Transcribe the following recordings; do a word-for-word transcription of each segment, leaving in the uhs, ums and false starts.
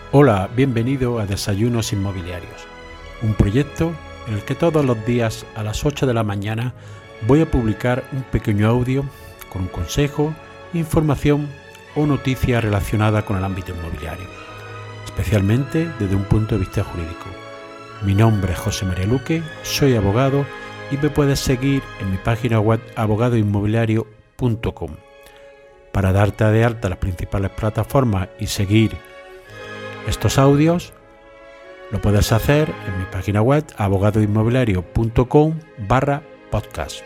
Hola, bienvenido a Desayunos Inmobiliarios, un proyecto en el que todos los días a las ocho de la mañana voy a publicar un pequeño audio con un consejo, información o noticia relacionada con el ámbito inmobiliario, especialmente desde un punto de vista jurídico. Mi nombre es José María Luque, soy abogado y me puedes seguir en mi página web abogado inmobiliario punto com. Para darte de alta las principales plataformas y seguir estos audios, lo puedes hacer en mi página web abogado inmobiliario punto com barra podcast.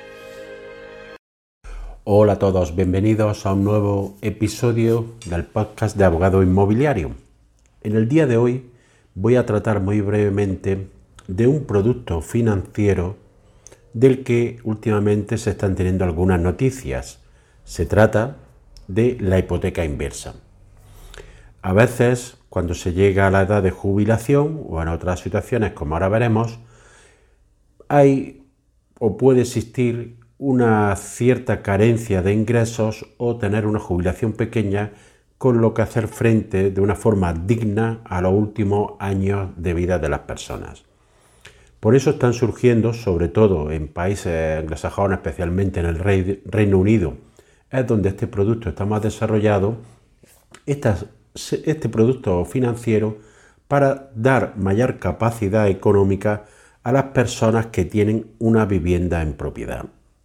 Hola a todos, bienvenidos a un nuevo episodio del podcast de Abogado Inmobiliario. En el día de hoy voy a tratar muy brevemente de un producto financiero del que últimamente se están teniendo algunas noticias. Se trata de la hipoteca inversa. A veces, cuando se llega a la edad de jubilación o en otras situaciones, como ahora veremos, hay o puede existir una cierta carencia de ingresos o tener una jubilación pequeña, con lo que hacer frente de una forma digna a los últimos años de vida de las personas. Por eso están surgiendo, sobre todo en países anglosajones, especialmente en el Reino Unido, es donde este producto está más desarrollado, estas este producto financiero para dar mayor capacidad económica a las personas que tienen una vivienda en propiedad.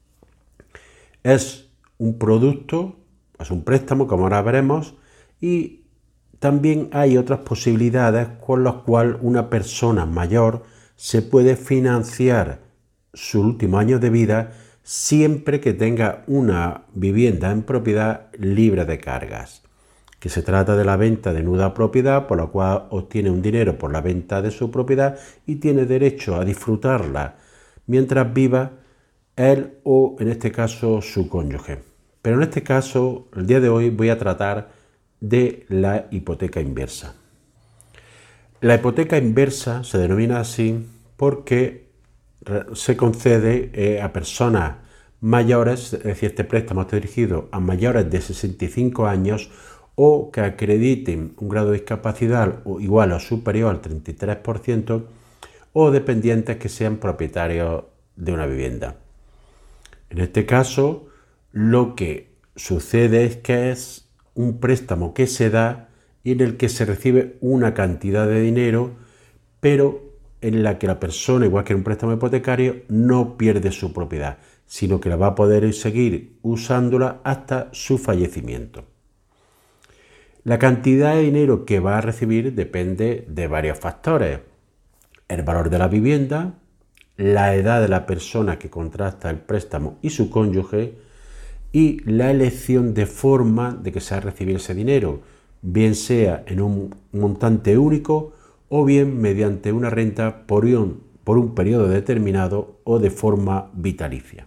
Es un producto, es un préstamo, como ahora veremos, y también hay otras posibilidades con las cuales una persona mayor se puede financiar su último año de vida siempre que tenga una vivienda en propiedad libre de cargas, que se trata de la venta de nuda propiedad, por la cual obtiene un dinero por la venta de su propiedad y tiene derecho a disfrutarla mientras viva él o, en este caso, su cónyuge. Pero en este caso, el día de hoy voy a tratar de la hipoteca inversa. La hipoteca inversa se denomina así porque se concede a personas mayores, es decir, este préstamo está dirigido a mayores de sesenta y cinco años o que acrediten un grado de discapacidad igual o superior al treinta y tres por ciento o dependientes que sean propietarios de una vivienda. En este caso, lo que sucede es que es un préstamo que se da y en el que se recibe una cantidad de dinero, pero en la que la persona, igual que en un préstamo hipotecario, no pierde su propiedad, sino que la va a poder seguir usándola hasta su fallecimiento. La cantidad de dinero que va a recibir depende de varios factores: el valor de la vivienda, la edad de la persona que contrasta el préstamo y su cónyuge, y la elección de forma de que se va a recibir ese dinero, bien sea en un montante único o bien mediante una renta por un, por un periodo determinado o de forma vitalicia.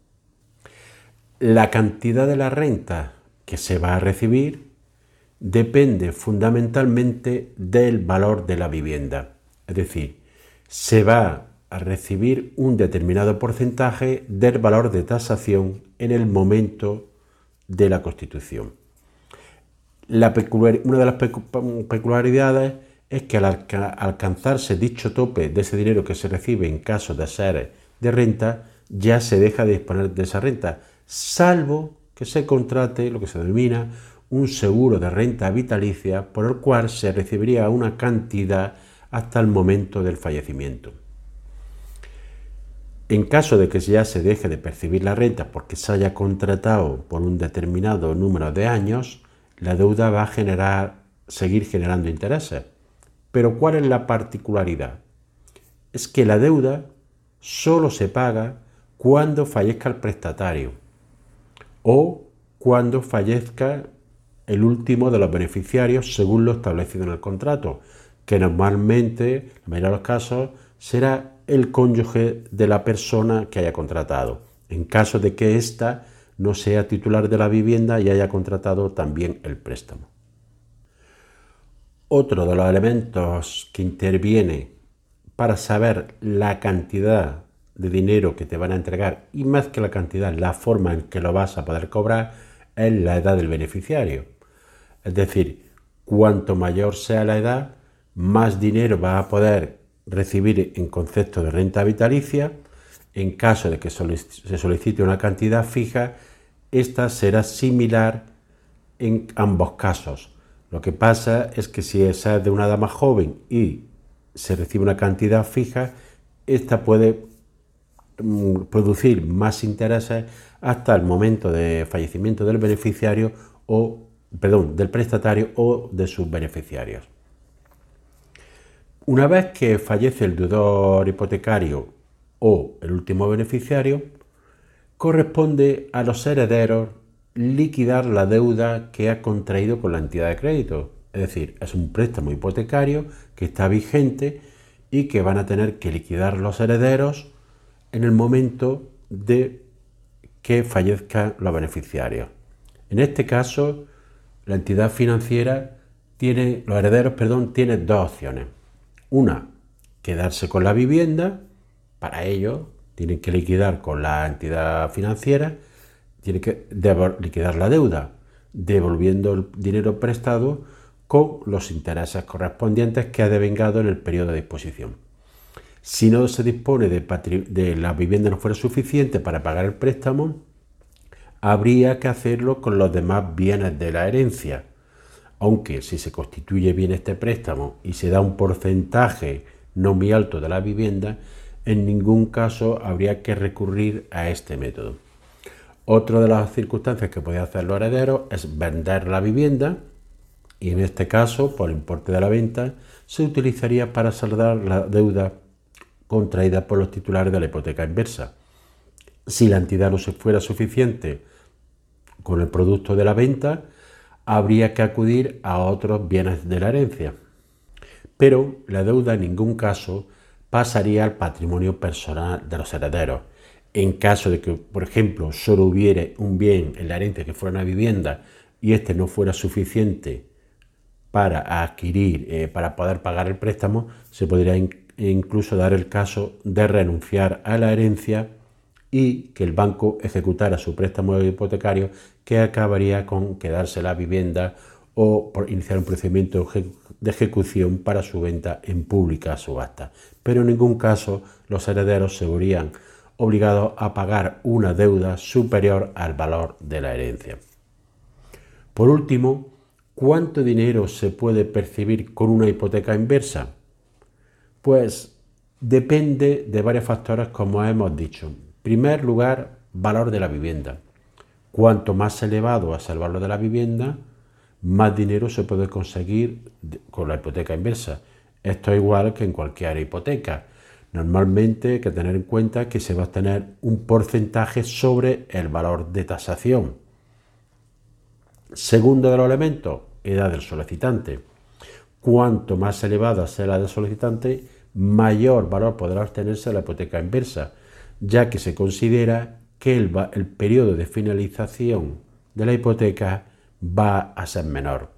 La cantidad de la renta que se va a recibir depende fundamentalmente del valor de la vivienda, es decir, se va a recibir un determinado porcentaje del valor de tasación en el momento de la constitución. La peculiar, una de las peculiaridades es que al alcanzarse dicho tope de ese dinero que se recibe en caso de ser de renta, ya se deja de disponer de esa renta, salvo que se contrate lo que se denomina un seguro de renta vitalicia, por el cual se recibiría una cantidad hasta el momento del fallecimiento. En caso de que ya se deje de percibir la renta porque se haya contratado por un determinado número de años, la deuda va a generar, seguir generando intereses. Pero ¿cuál es la particularidad? Es que la deuda solo se paga cuando fallezca el prestatario o cuando fallezca el último de los beneficiarios según lo establecido en el contrato, que normalmente, en la mayoría de los casos, será el cónyuge de la persona que haya contratado, en caso de que ésta no sea titular de la vivienda y haya contratado también el préstamo. Otro de los elementos que interviene para saber la cantidad de dinero que te van a entregar, y más que la cantidad, la forma en que lo vas a poder cobrar, es la edad del beneficiario. Es decir, Cuanto mayor sea la edad, más dinero va a poder recibir en concepto de renta vitalicia. En caso de que se solicite una cantidad fija, esta será similar en ambos casos. Lo que pasa es que si esa es de una dama joven y se recibe una cantidad fija, esta puede mm, producir más intereses hasta el momento de fallecimiento del beneficiario o, perdón, del prestatario o de sus beneficiarios. Una vez que fallece el deudor hipotecario o el último beneficiario, corresponde a los herederos liquidar la deuda que ha contraído con la entidad de crédito. Es decir, es un préstamo hipotecario que está vigente y que van a tener que liquidar los herederos en el momento de que fallezcan los beneficiarios. En este caso, la entidad financiera tiene, los herederos, perdón, tienen dos opciones. Una, quedarse con la vivienda. Para ello, tienen que liquidar con la entidad financiera, tienen que liquidar la deuda, devolviendo el dinero prestado con los intereses correspondientes que ha devengado en el periodo de disposición. Si no se dispone de, de la vivienda no fuera suficiente para pagar el préstamo, habría que hacerlo con los demás bienes de la herencia. Aunque si se constituye bien este préstamo y se da un porcentaje no muy alto de la vivienda, en ningún caso habría que recurrir a este método. Otra de las circunstancias que puede hacer los herederos es vender la vivienda y en este caso, por el importe de la venta, se utilizaría para saldar la deuda contraída por los titulares de la hipoteca inversa. Si la entidad no se fuera suficiente con el producto de la venta, habría que acudir a otros bienes de la herencia. Pero la deuda en ningún caso pasaría al patrimonio personal de los herederos. En caso de que, por ejemplo, solo hubiera un bien en la herencia que fuera una vivienda y este no fuera suficiente para adquirir, eh, para poder pagar el préstamo, se podría in- incluso dar el caso de renunciar a la herencia y que el banco ejecutara su préstamo hipotecario, que acabaría con quedarse la vivienda o por iniciar un procedimiento de ejecución para su venta en pública subasta. Pero en ningún caso los herederos se verían obligados a pagar una deuda superior al valor de la herencia. Por último, ¿cuánto dinero se puede percibir con una hipoteca inversa? Pues depende de varios factores, como hemos dicho. En primer lugar, valor de la vivienda. Cuanto más elevado es el valor de la vivienda, más dinero se puede conseguir con la hipoteca inversa. Esto es igual que en cualquier hipoteca. Normalmente hay que tener en cuenta que se va a tener un porcentaje sobre el valor de tasación. Segundo de los elementos, edad del solicitante. Cuanto más elevada sea la edad del solicitante, mayor valor podrá obtenerse la hipoteca inversa, ya que se considera que el, el periodo de finalización de la hipoteca va a ser menor.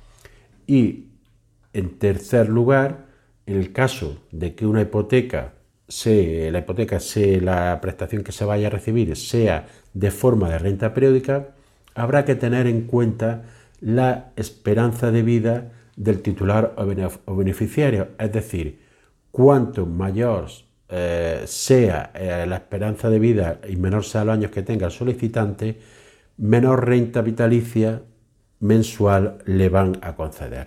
Y en tercer lugar, en el caso de que una hipoteca, se, la hipoteca sea la prestación que se vaya a recibir sea de forma de renta periódica, habrá que tener en cuenta la esperanza de vida del titular o beneficiario, es decir, cuanto mayor eh, sea eh, la esperanza de vida y menor sea los años que tenga el solicitante, menor renta vitalicia mensual le van a conceder.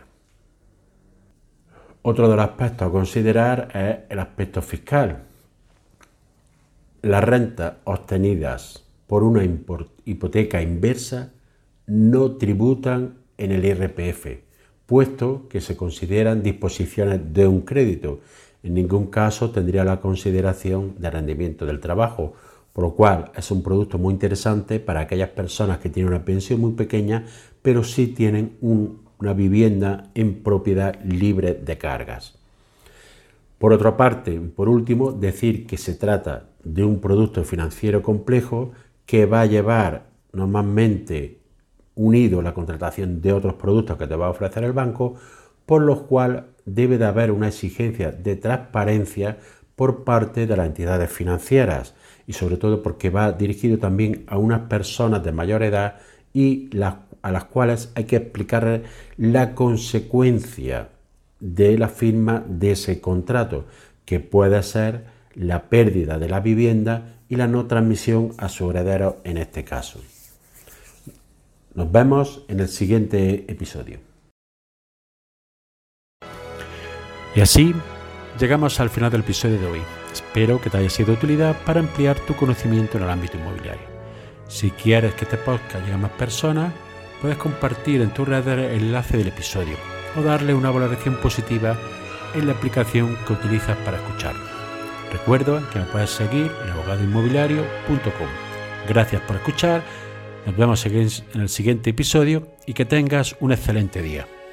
Otro de los aspectos a considerar es el aspecto fiscal. Las rentas obtenidas por una hipoteca inversa no tributan en el I R P F, puesto que se consideran disposiciones de un crédito. En ningún caso tendría la consideración de rendimiento del trabajo, por lo cual es un producto muy interesante para aquellas personas que tienen una pensión muy pequeña, pero sí tienen un, una vivienda en propiedad libre de cargas. Por otra parte, por último, decir que se trata de un producto financiero complejo que va a llevar normalmente unido la contratación de otros productos que te va a ofrecer el banco, por lo cual debe de haber una exigencia de transparencia por parte de las entidades financieras y sobre todo porque va dirigido también a unas personas de mayor edad y las a las cuales hay que explicar la consecuencia de la firma de ese contrato, que puede ser la pérdida de la vivienda y la no transmisión a su heredero en este caso. Nos vemos en el siguiente episodio. Y así llegamos al final del episodio de hoy. Espero que te haya sido de utilidad para ampliar tu conocimiento en el ámbito inmobiliario. Si quieres que este podcast llegue a más personas, puedes compartir en tus redes el enlace del episodio o darle una valoración positiva en la aplicación que utilizas para escucharlo. Recuerda que me puedes seguir en abogado inmobiliario punto com. Gracias por escuchar, nos vemos en el siguiente episodio y que tengas un excelente día.